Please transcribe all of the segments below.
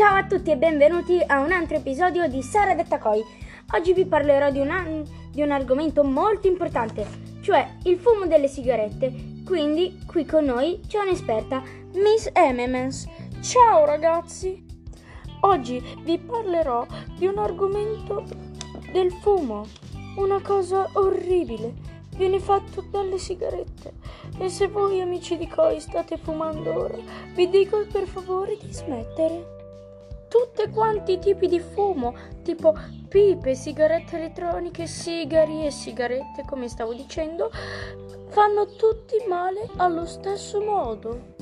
Ciao a tutti e benvenuti a un altro episodio di Sara Detta Koi. Oggi vi parlerò di un argomento molto importante, cioè il fumo delle sigarette. Quindi qui con noi c'è un'esperta, Miss Ememens. Ciao ragazzi! Oggi vi parlerò di un argomento del fumo, una cosa orribile. Viene fatto dalle sigarette. E se voi amici di Koi state fumando ora, vi dico per favore di smettere. Tutti quanti i tipi di fumo, tipo pipe, sigarette elettroniche, sigari e sigarette, come stavo dicendo, fanno tutti male allo stesso modo.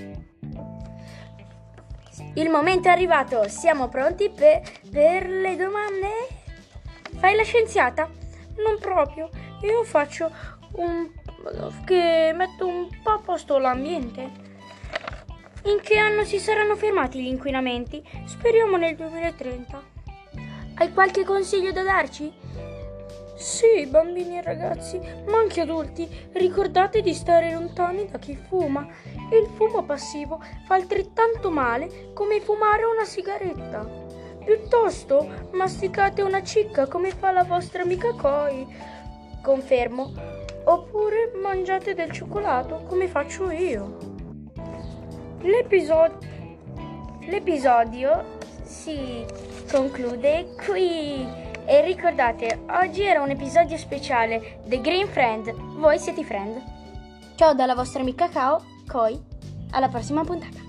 Il momento è arrivato, siamo pronti per le domande? Fai la scienziata? Non proprio, io faccio che metto un po' a posto l'ambiente. In che anno si saranno fermati gli inquinamenti? Speriamo nel 2030. Hai qualche consiglio da darci? Sì, bambini e ragazzi, ma anche adulti, ricordate di stare lontani da chi fuma. Il fumo passivo fa altrettanto male come fumare una sigaretta. Piuttosto masticate una cicca come fa la vostra amica Koi. Confermo. Oppure mangiate del cioccolato come faccio io. L'episodio si conclude qui e ricordate, oggi era un episodio speciale The Green Friend, voi siete i friend. Ciao dalla vostra amica Koi, alla prossima puntata.